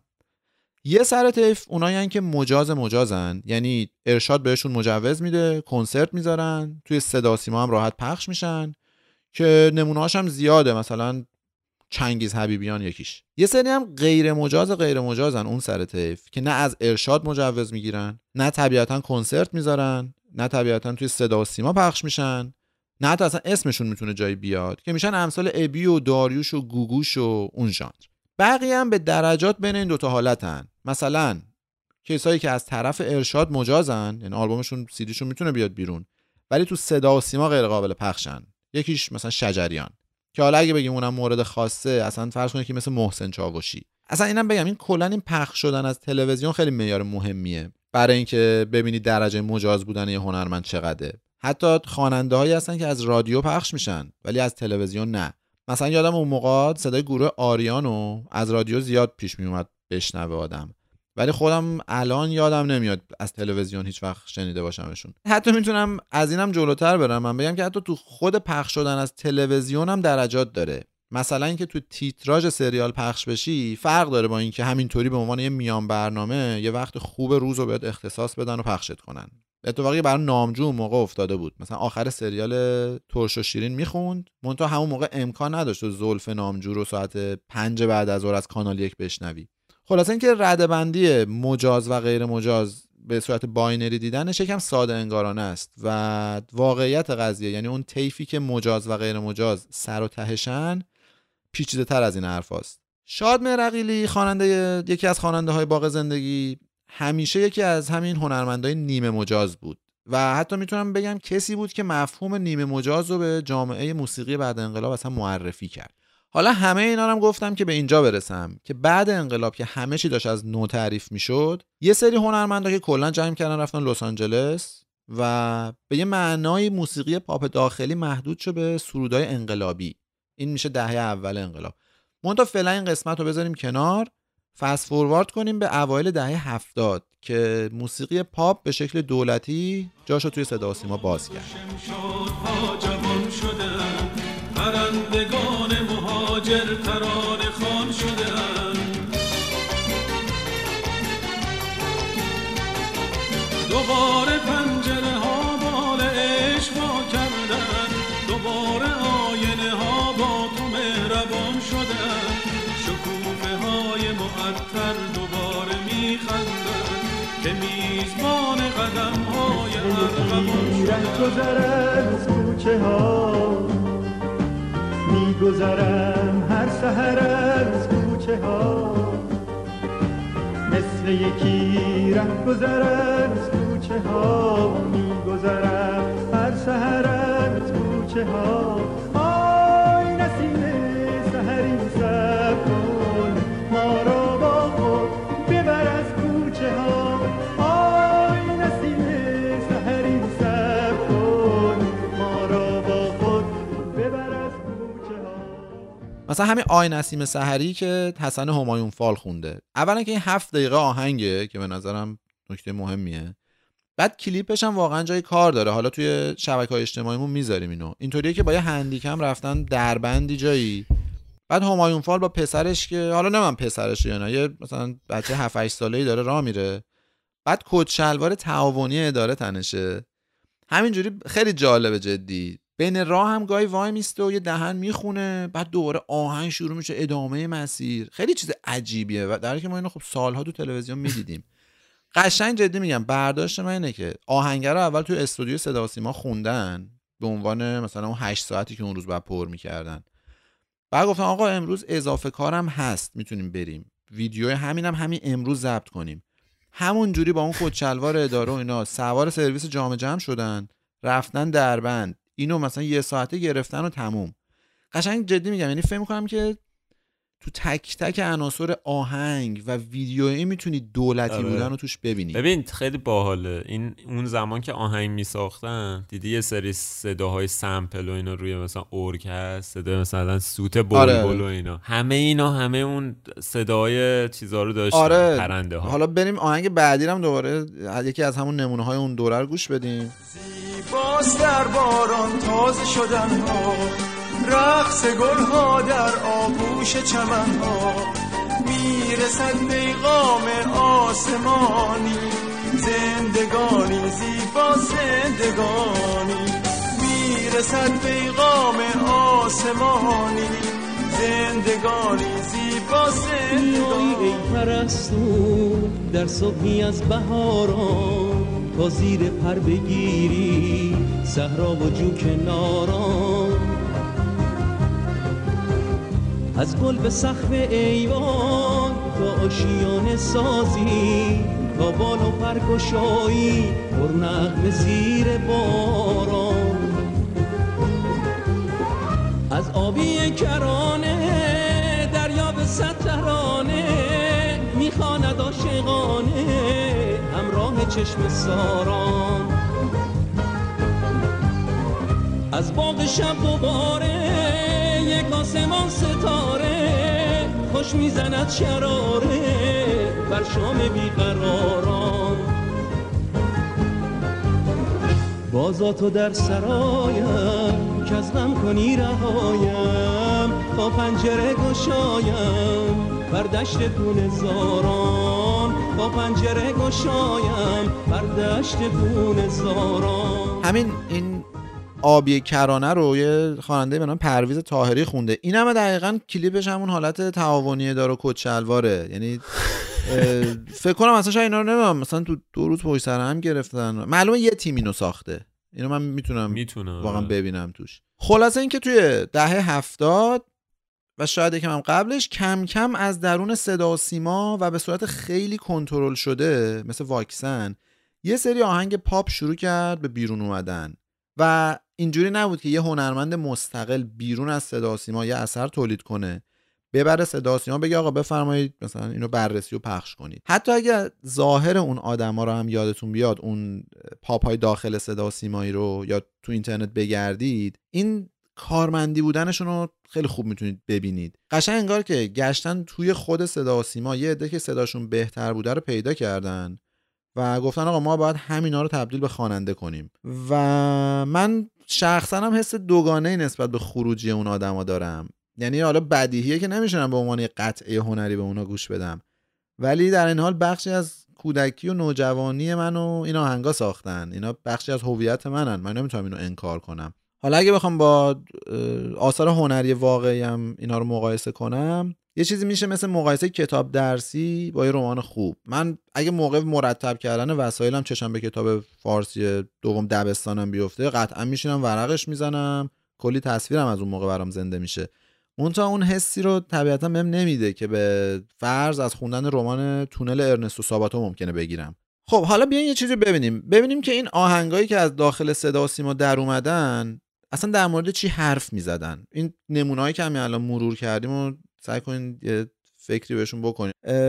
یه سر طیف اونایی که مجازن، یعنی ارشاد بهشون مجوز میده، کنسرت میذارن، توی صدا و سیما هم راحت پخش میشن که نمونه‌هاش هم زیاده، مثلا چنگیز حبیبیان یکیش. یه سری هم غیر مجازن اون سر طیف که نه از ارشاد مجوز میگیرن، نه طبیعتا کنسرت میذارن، نه طبیعتا توی صدا و سیما پخش میشن، نه حتی اصلا اسمشون میتونه جایی بیاد، که میشن امثال ابی و داریوش و گوگوش و اون ژانر. بقیه هم به درجات بین این دوتا حالتن. مثلا کسایی که از طرف ارشاد مجازن، یعنی آلبومشون سیدیشون میتونه بیاد بیرون ولی تو صدا و سیما غیر قابل پخشن. یکیش مثلا شجریان که حالا اگه بگیم اونم مورد خاصه، اصلا فرض کنید که مثل محسن چاوشی. اصلا اینم بگم این کلا این پخش شدن از تلویزیون خیلی معیار مهمیه برای اینکه ببینید درجه مجاز بودن یه هنرمند چقدره. حتی خواننده‌هایی هستن که از رادیو پخش میشن ولی از تلویزیون نه. مثلا یادم اون موقع صدای گروه آریانو از رادیو زیاد پیش می اومد بشنوه آدم، ولی خودم الان یادم نمیاد از تلویزیون هیچ وقت شنیده باشمشون. حتی میتونم از اینم جلوتر برم، من بگم که حتی تو خود پخش شدن از تلویزیون هم درجات داره. مثلا اینکه تو تیتراژ سریال پخش بشی فرق داره با اینکه همینطوری به عنوان یه میان برنامه یه وقت خوب روز رو بهت اختصاص بدن و پخشت کنن. اتفاقی برای نامجو موقع افتاده بود، مثلا آخر سریال ترش و شیرین میخوند، منتها همون موقع امکان نداشت زلف نامجو رو ساعت 5 بعد از ظهر از کانال 1 بشنوی. خلاصه اینکه ردبندی مجاز و غیر مجاز به صورت باینری دیدنش یکم ساده انگارانه است و واقعیت قضیه، یعنی اون طیفی که مجاز و غیر مجاز سر و تهشن، پیچیده‌تر از این حرفاست. شادمهر عقیلی خواننده یکی از خواننده های باغ زندگی همیشه یکی از همین هنرمندای نیمه مجاز بود و حتی میتونم بگم کسی بود که مفهوم نیمه مجاز رو به جامعه موسیقی بعد انقلاب اصلا معرفی کرد. حالا همه اینا رو هم گفتم که به اینجا برسم که بعد انقلاب که همه چی داشت از نو تعریف میشد، یه سری هنرمندا که کلا جمع کردن رفتن لس آنجلس و به یه معنای موسیقی پاپ داخلی محدود شد به سرودای انقلابی. این میشه دهه اول انقلاب. منتها فعلا این قسمت رو بذاریم کنار، فست فوروارد کنیم به اوایل دهه 70 که موسیقی پاپ به شکل دولتی جاشو توی صدا و سیما باز کرد. پرندگان مهاجر ترانه خوان شدند، دوباره پنجره ها بال عشق وا کردند، دوباره آینه ها با تو مهربان شدند، شکوفه های معطر دوباره میخندند که میزبان قدم های ارغوان شدند. کوچه ها میگذرم هر سحر از کوچه ها، مثل یکی رهگذر از کوچه ها، میگذرم هر سحر از کوچه ها. آی نسیم سحری صبر کن ما را با خود ببر از کوچه ها. آی نسیم سحری صبر کن ما را با خود ببر از کوچه ها. مثلا همین آی نسیم سحری که حسن همایون فال خونده، اولا که این 7 دقیقه آهنگه که به نظرم نکته مهمیه، بعد کلیپش هم واقعا جای کار داره. حالا توی شبکه‌های اجتماعیمون میذاریم اینو، اینطوریه که با یه هندیکم رفتن دربندی جایی، بعد همایون فال با پسرش که حالا نمیدونم پسرشه یا نه، یه مثلا بچه 7 8 ساله‌ای داره راه میره، بعد کت شلوار تعاونی اداره تنشه، همینجوری خیلی جالبه جدی. بین راه هم گاهی وای میسته و یه دهن میخونه، بعد دوباره آهنگ شروع میشه، ادامه مسیر. خیلی چیز عجیبیه و در حالی که ما اینو خب سالها تو تلویزیون میدیدیم. قشنگ جدی میگم برداشت من اینه که آهنگر رو اول تو استودیو صدا و سیما خوندن به عنوان مثلا اون 8 ساعتی که اون روز بعد پر میکردن، بعد گفتن آقا امروز اضافه کارم هست میتونیم بریم ویدیو همین امروز ضبط کنیم. همون جوری با اون کت شلوار اداره و اینا سوار سرویس جام جم شدن، رفتن دربند، اینو مثلا 1 ساعته گرفتن و تموم. قشنگ جدی میگم، یعنی فکر میکنم که تو تک تک عناصر آهنگ و ویدیویی میتونی دولتی بودن رو توش ببینی. ببین خیلی باحاله این. اون زمان که آهنگ میساختن دیدی یه سری صداهای سمپل و اینا روی مثلا ارگ هست، صدای مثلا سوت بلبل و اینا، همه اون صدای چیزا رو داشتن. پرنده ها. حالا بریم آهنگ بعدی هم دوباره یکی از همون نمونه های اون دوره رو گوش بدیم. زیباست در باران تازه شدن ها، رقص گل ها در آغوش چمن ها، میرسد پیغام آسمانی، زندگانی زیبا زندگانی، میرسد پیغام آسمانی، زندگانی زیبا زندگانی. ای پرستو در صبحی از بهاران، تا زیر پر بگیری صحرا و جو کناران، از گل به سقف ایوان تا آشیانه سازی، تا بال و پرگشایی پر نغمه زیر باران، از آبی کرانه دریا به صد ترانه، میخواند عاشقانه همراه چشم ساران، از باغ شب دوباره یک آسمان ستاره، خوش میزند شراره بر شام بیقراران، بازاتو در سرایم که از غم کنی رهایم، تا پنجره گشایم بر دشت گونه زاران، تا پنجره گشایم بر دشت گونه زاران. همین این آبی کرانه رو یه خواننده به نام پرویز طاهری خونده. این هم دقیقاً کلیپش همون حالت تعاونی داره و کت شلواره. یعنی فکر کنم اصلا شاید اینا رو نمیدونم مثلا تو 2 روز پشت سر هم گرفتن. معلومه یه تیم اینو ساخته. اینو من میتونم واقعا ببینم توش. خلاصه این که توی دهه 70 و شاید یکم هم قبلش کم کم از درون صدا و سیما و به صورت خیلی کنترل شده مثل واکسن یه سری آهنگ پاپ شروع کرد به بیرون اومدن و اینجوری نبود که یه هنرمند مستقل بیرون از صدا و سیما یه اثر تولید کنه، ببره صدا و سیما بگه آقا بفرمایید مثلا اینو بررسی و پخش کنید. حتی اگر ظاهر اون آدما رو هم یادتون بیاد، اون پاپای داخل صدا و سیمایی رو یا تو اینترنت بگردید، این کارمندی بودنشون رو خیلی خوب میتونید ببینید. قشنگ انگار که گشتن توی خود صدا و سیما یه عده که صداشون بهتر بوده رو پیدا کردن و گفتن آقا ما باید همینا رو تبدیل به خواننده کنیم. و من شخصا هم حس دوگانه‌ای نسبت به خروجی اون آدما دارم. یعنی حالا بدیهیه که نمیشونم به عنوان یه قطعه هنری به اونا گوش بدم، ولی در این حال بخشی از کودکی و نوجوانی منو این آهنگا ساختن. اینا بخشی از هویت منن، من نمیتونم اینو انکار کنم. حالا اگه بخوام با آثار هنری واقعی هم اینا رو مقایسه کنم، یه چیزی میشه مثل مقایسه کتاب درسی با یه رمان خوب. من اگه موقع مرتب کردن وسایلم چشم به کتاب فارسی دوم دبستانم بیفته، قطعا میشینم ورقش میزنم، کلی تصویرم از اون موقع برام زنده میشه. اون حسی رو طبیعتا بهم نمیده که به فرض از خوندن رمان تونل ارنستو ساباتو ممکنه بگیرم. خب حالا بیاین یه چیزی ببینیم که این آهنگایی که از داخل صدا و سیما در اومدن اصلا در مورد چی حرف میزدن. این نمونه‌هایی که همین الان مرور کردیم و سعی کنین یه فکری بهشون بکنین.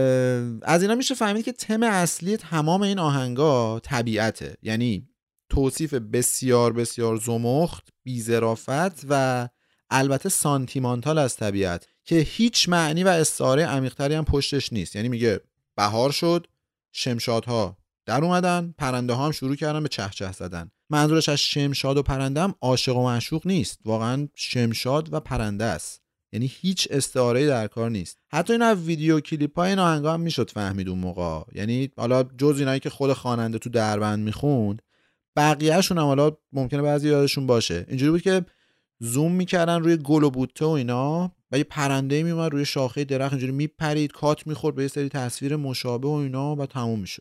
از اینا میشه فهمید که تم اصلی تمام این آهنگا طبیعته، یعنی توصیف بسیار بسیار زمخت، بی‌ظرافت و البته سانتیمانتال از طبیعت که هیچ معنی و استعاره عمیق‌تری هم پشتش نیست. یعنی میگه بهار شد، شمشادها در اومدن، پرنده ها هم شروع کردن به چهچه زدن. منظورش از شمشاد و پرنده هم عاشق و معشوق نیست، واقعا شمشاد و پرنده است. یعنی هیچ استعاره‌ای در کار نیست. حتی اینا از ویدیو کلیپ‌های این آهنگا هم میشد فهمید اون موقع. یعنی حالا جز اینایی که خود خواننده تو دربند میخوند، بقیه‌شون هم حالا ممکنه بعضی یادشون باشه، اینجوری بود که زوم میکردن روی گل و بوته و اینا و یه پرنده میومد روی شاخه درخت اینجوری میپرید، کات میخورد به یه سری تصویر مشابه و اینا و تموم میشد.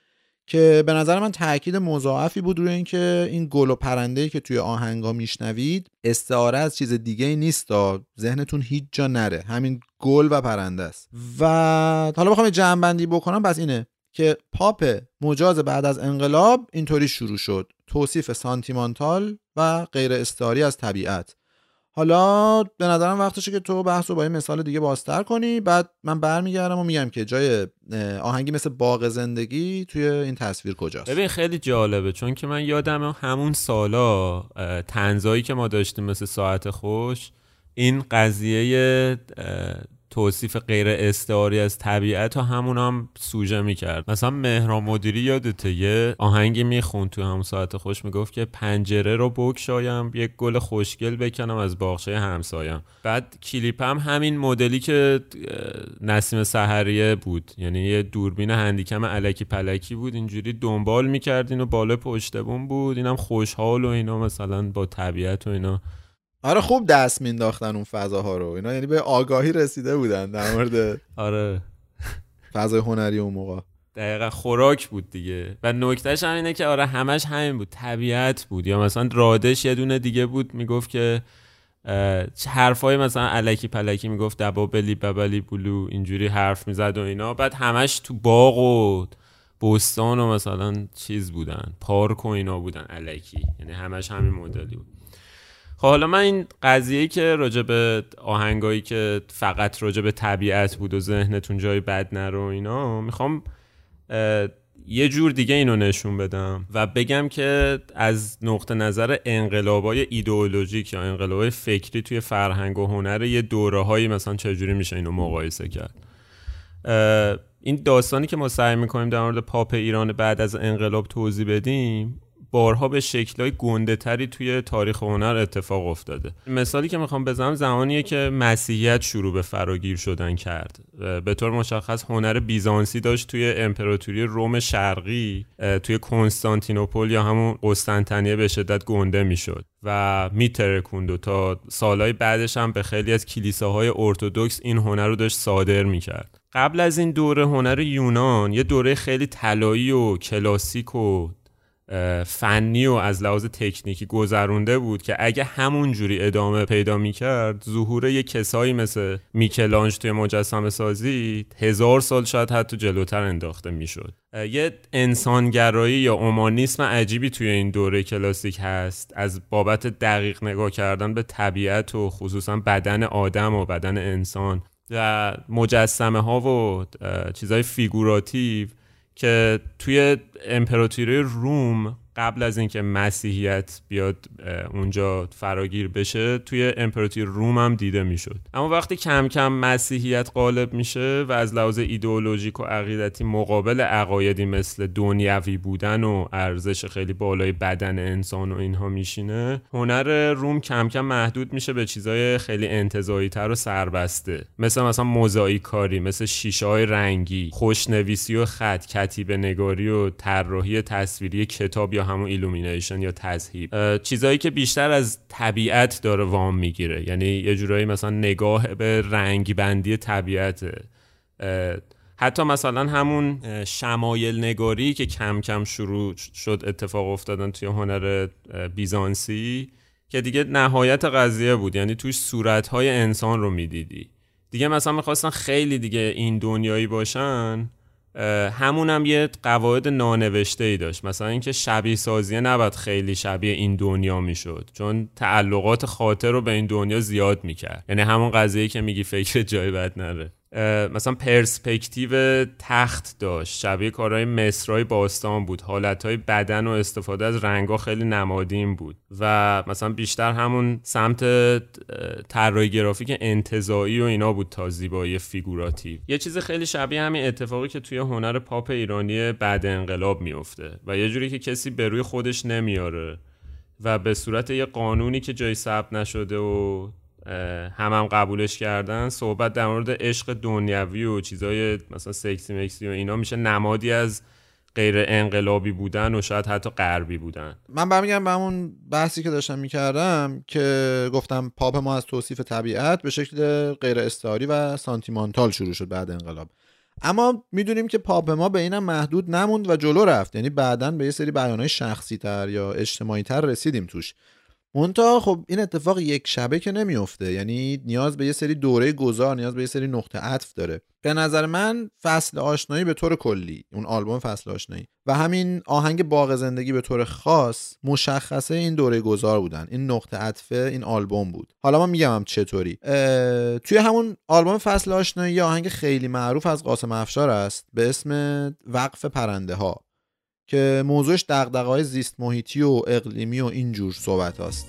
که به نظر من تاکید مضاعفی بود روی این که این گل و پرنده‌ای که توی آهنگا میشنوید استعاره از چیز دیگه‌ای نیست، ذهنتون هیچ جا نره، همین گل و پرنده است. و حالا بخوام جمع‌بندی بکنم بس اینه که پاپ مجاز بعد از انقلاب اینطوری شروع شد، توصیف سانتیمانتال و غیر استعاری از طبیعت. حالا به نظرم وقتشه که تو بحثو با این مثال دیگه بازتر کنی، بعد من برمیگردم و میگم که جای آهنگی مثل باغ زندگی توی این تصویر کجاست. ببین خیلی جالبه، چون که من یادم همون سالا طنزایی که ما داشتیم مثل ساعت خوش، این قضیه توصیف غیر استعاری از طبیعت و همون هم سوژه میکرد. مثلا مهران مدیری یادته یه آهنگی میخوند تو همون ساعت خوش، میگفت که پنجره رو بگشایم یک گل خوشگل بکنم از باغچه همسایم. بعد کلیپ هم همین مدلی که نسیم سحریه بود، یعنی یه دوربین هندیکم الکی پلکی بود، اینجوری دنبال میکردین و بالا پشت بوم بود، اینم خوشحال و اینا مثلا با طبیعت و اینا. آره خوب دست مینداختن اون فضاها رو اینا، یعنی به آگاهی رسیده بودن در مورد آره فضای هنری اون موقع. دقیقا خوراک بود دیگه. و نکتهش هم اینه که آره همش همین بود، طبیعت بود. یا مثلا رادش یه دونه دیگه بود میگفت که حرفای مثلا الکی پلکی میگفت دبابلی ببلی بلو، اینجوری حرف میزد و اینا. بعد همش تو باغ و بستان و مثلا چیز بودن، پارک و اینا بودن الکی، یعنی همش همین مدلی بود. حالا من این قضیه‌ای که راجع به آهنگایی که فقط راجع به طبیعت بود و ذهنتون جای بد نره و اینا، میخوام یه جور دیگه اینو نشون بدم و بگم که از نقطه نظر انقلابای ایدئولوژیک یا انقلابای فکری توی فرهنگ و هنر یه دوره‌هایی مثلا چجوری میشه اینو مقایسه کرد. این داستانی که ما سعی میکنیم در مورد پاپ ایران بعد از انقلاب توضیح بدیم بارها به شکل‌های گنده‌تری توی تاریخ هنر اتفاق افتاده. مثالی که میخوام بزنم زمانیه که مسیحیت شروع به فراگیر شدن کرد. به طور مشخص هنر بیزانسی داشت توی امپراتوری روم شرقی، توی کنستانتینوپل یا همون قسطنطنیه به شدت گنده میشد و میترکوند و تا سالهای بعدش هم به خیلی از کلیساهای ارتدوکس این هنر رو داشت صادر میکرد. قبل از این دوره هنر یونان یه دوره خیلی طلایی و کلاسیک و فنی و از لحاظ تکنیکی گذرونده بود که اگه همون جوری ادامه پیدا میکرد ظهور یه کسایی مثل میکلانج توی مجسمه سازی 1000 سال شاید حتی جلوتر انداخته میشد. یه انسانگرایی یا اومانیسم عجیبی توی این دوره کلاسیک هست از بابت دقیق نگاه کردن به طبیعت و خصوصا بدن آدم و بدن انسان و مجسمه ها و چیزای فیگوراتیو که توی امپراتوری روم قبل از اینکه مسیحیت بیاد اونجا فراگیر بشه توی امپراتوری روم هم دیده میشد. اما وقتی کم کم مسیحیت غالب میشه و از لحاظ ایدئولوژیک و عقیدتی مقابل عقایدی مثل دنیوی بودن و ارزش خیلی بالای بدن انسان و اینها میشینه، هنر روم کم کم محدود میشه به چیزای خیلی انتزاعی تر و سربسته، مثلا موزاییک کاری، مثل شیشه‌های رنگی، خوشنویسی و خط، کتیبه نگاری و طراحی تصویری کتاب یا همون ایلومینیشن یا تذهیب، چیزایی که بیشتر از طبیعت داره وام میگیره. یعنی یه جورایی مثلا نگاه به رنگ بندی طبیعت، حتی مثلا همون شمایل نگاری که کم کم شروع شد اتفاق افتادن توی هنر بیزانسی که دیگه نهایت قضیه بود، یعنی توش صورتهای انسان رو میدیدی دیگه. مثلا میخواستن خیلی دیگه این دنیایی باشن، همون هم یه قواعد نانوشته‌ای داشت، مثلا اینکه شبیه سازیه نباید خیلی شبیه این دنیا میشد چون تعلقات خاطر رو به این دنیا زیاد میکرد. یعنی همون قضیه‌ای که میگی فکر جای بد نره. مثلا پرسپکتیو تخت داشت، شبیه کارهای مصرای باستان بود، حالتهای بدن و استفاده از رنگا خیلی نمادین بود و مثلا بیشتر همون سمت طراحی گرافیک انتزاعی و اینا بود تا زیبایی فیگوراتیو. یه چیز خیلی شبیه همین اتفاقی که توی هنر پاپ ایرانی بعد انقلاب میفته و یه جوری که کسی به روی خودش نمیاره و به صورت یه قانونی که جای ثبت نشده و هم قبولش کردن، صحبت در مورد عشق دنیوی و چیزای مثلا سکسی مکسی و اینا میشه نمادی از غیر انقلابی بودن و شاید حتی غربی بودن. من برمیگردم به همون بحثی که داشتم میکردم که گفتم پاپ ما از توصیف طبیعت به شکل غیر استعاری و سانتیمانتال شروع شد بعد انقلاب، اما میدونیم که پاپ ما به اینم محدود نموند و جلو رفت، یعنی بعداً به یه سری بیانهای شخصی تر یا اجتماعی تر رسیدیم توش. منتها خب این اتفاق یک شبه که نمیفته، یعنی نیاز به یه سری دوره گذار، نیاز به یه سری نقطه عطف داره. به نظر من فصل آشنایی به طور کلی، اون آلبوم فصل آشنایی و همین آهنگ باغ زندگی به طور خاص مشخصه این دوره گذار بودن، این نقطه عطف این آلبوم بود. حالا من میگم هم چطوری. توی همون آلبوم فصل آشنایی آهنگ خیلی معروف از قاسم افشار است به اسم وقف پرنده ها که موضوعش دغدغه‌های زیست محیطی و اقلیمی و اینجور صحبت هاست.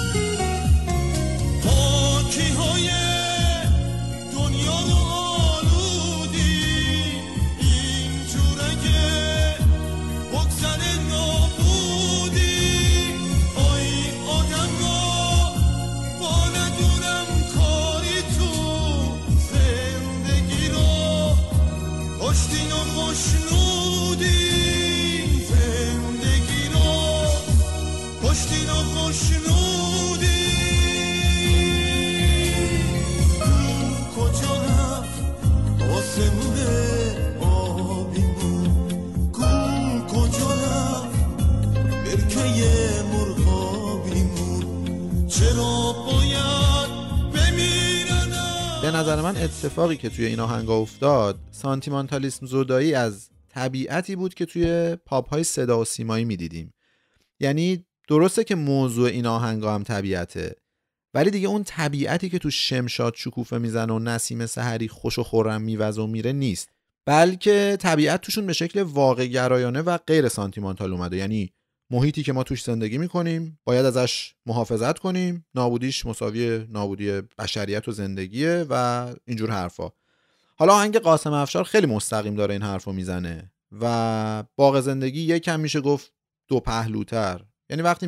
به نظر من اتفاقی که توی این آهنگا افتاد سانتیمانتالیسم زدایی از طبیعتی بود که توی پاپ های صدا و سیمایی میدیدیم. یعنی درسته که موضوع این آهنگا هم طبیعته، ولی دیگه اون طبیعتی که تو شمشاد شکوفه میزنه و نسیم سحری خوش و خرم میوزه و میره نیست، بلکه طبیعت توشون به شکل واقع گرایانه و غیر سانتیمانتال اومده. یعنی محیطی که ما توش زندگی میکنیم باید ازش محافظت کنیم، نابودیش مساوی نابودی بشریت و زندگیه و اینجور حرفا. حالا آهنگ قاسم افشار خیلی مستقیم داره این حرفو میزنه و باغ زندگی یکم میشه گفت دو پهلوتر. یعنی وقتی میگه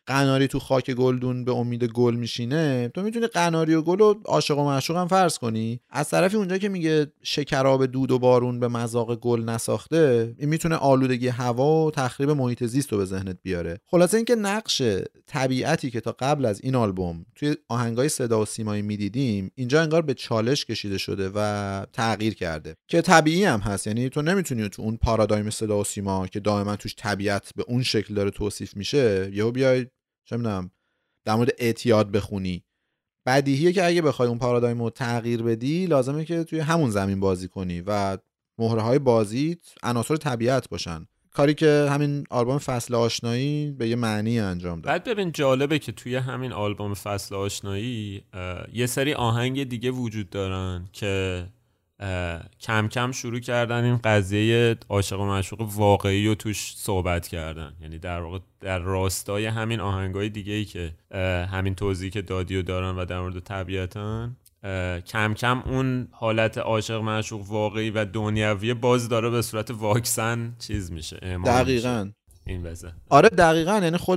قناری تو خاک گلدون به امید گل میشینه، تو میتونی قناری و گل و عاشق و معشوق هم فرض کنی. از طرفی اونجا که میگه شکراب دود و بارون به مذاق گل نساخته، این میتونه آلودگی هوا و تخریب محیط زیست رو به ذهنت بیاره. خلاصه اینکه نقش طبیعتی که تا قبل از این آلبوم توی آهنگای صدا و سیمایی میدیدیم، اینجا انگار به چالش کشیده شده و تغییر کرده، که طبیعی هم هست. یعنی تو نمیتونی تو اون پارادایم صدا و سیما که دائما توش طبیعت به اون شکل داره توصیف میشه، یهو بیای چه میدونم در مورد اعتیاد بخونی. بدیهیه که اگه بخوای اون پارادایم رو تغییر بدی، لازمه که توی همون زمین بازی کنی و مهره‌های بازیت عناصر طبیعت باشن، کاری که همین آلبوم فصل آشنایی به یه معنی انجام داد. بعد ببین جالبه که توی همین آلبوم فصل آشنایی یه سری آهنگ دیگه وجود دارن که کم کم شروع کردن این قضیه عاشق و معشوق واقعی رو توش صحبت کردن. یعنی در واقع در راستای همین آهنگای دیگه‌ای که همین توضیحی که دادی و دارن و در مورد طبیعتن، کم کم اون حالت عاشق معشوق واقعی و دنیوی باز داره به صورت واکسن چیز میشه. دقیقاً این وضع. آره دقیقاً. یعنی خود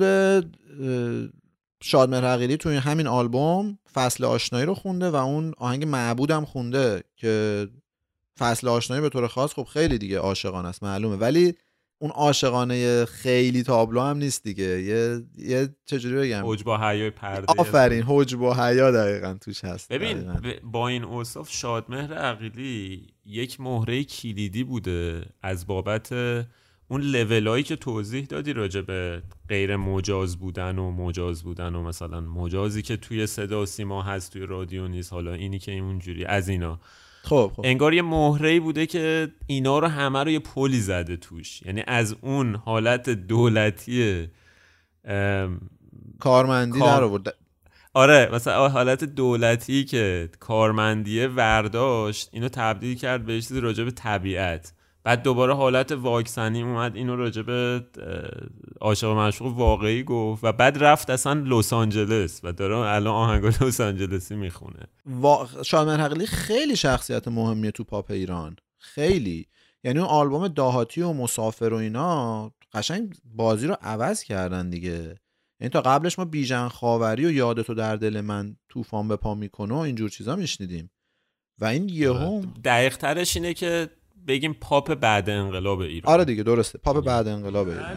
شادمهر عقیلی توی همین آلبوم فصل آشنایی رو خونده و اون آهنگ معبودم خونده که فصل آشنایی به طور خاص خب خیلی دیگه عاشقانه است معلومه، ولی اون عاشقانه خیلی تابلو هم نیست دیگه. یه چجوری بگم، حج با حیا پرده. آفرین، حج با حیا دقیقاً توش هست. ببین با این اوصاف شادمهر عقیلی یک مهره کلیدی بوده از بابت اون لولایی که توضیح دادی راجع به غیر مجاز بودن و مجاز بودن و مثلا مجازی که توی صدا و سیما هست توی رادیو نیست، حالا اینی که اونجوری از اینا. خب انگار یه مهره‌ای بوده که اینا رو همه رو یه پلی زده توش. یعنی از اون حالت دولتی کارمندی در آورد. آره مثلا حالت دولتی که کارمندیه ورداشت، اینو تبدیل کرد به چیزی راجع به طبیعت. بعد دوباره حالت واکسنی اومد، اینو راجع به عاشق و معشوق واقعی گفت و بعد رفت اصلا لس آنجلس و داره الان آهنگ لس آنجلسی میخونه. شادمهر عقیلی خیلی شخصیت مهمیه تو پاپ ایران، خیلی. یعنی اون آلبوم دهاتی و مسافر و اینا قشنگ بازی رو عوض کردن دیگه. یعنی تا قبلش ما بیژن خاوری و یادتو در دل من طوفان به پا میکنه و اینجور چیزا میشنیدیم و این یهو دقیق ترش اینه که بگیم پاپ بعد انقلاب ایران. آره دیگه درسته، پاپ بعد انقلاب ایران.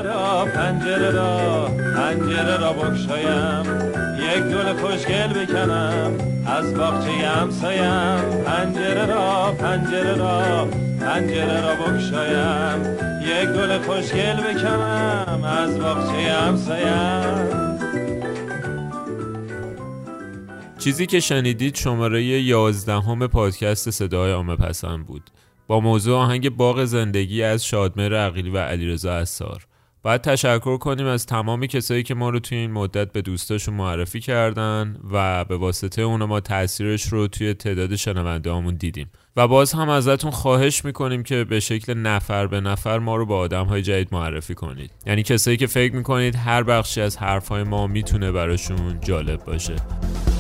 پنجره را بگشایم، یک گل خوشگل بکنم از باغچه همسایم. پنجره را بگشایم، یک گل خوشگل بکنم از باغچه همسایم. چیزی که شنیدید شماره 11 پادکست صدای عامه پسند بود با موضوع آهنگ باغ زندگی از شادمهر عقیلی و علیرضا عصار. باید تشکر کنیم از تمامی کسایی که ما رو توی این مدت به دوستاشون معرفی کردن و به واسطه اون ما تأثیرش رو توی تعداد شنونده هامون دیدیم و باز هم ازتون خواهش میکنیم که به شکل نفر به نفر ما رو با آدم‌های جدید معرفی کنید. یعنی کسایی که فکر میکنید هر بخشی از حرف‌های ما میتونه براشون جالب باشه.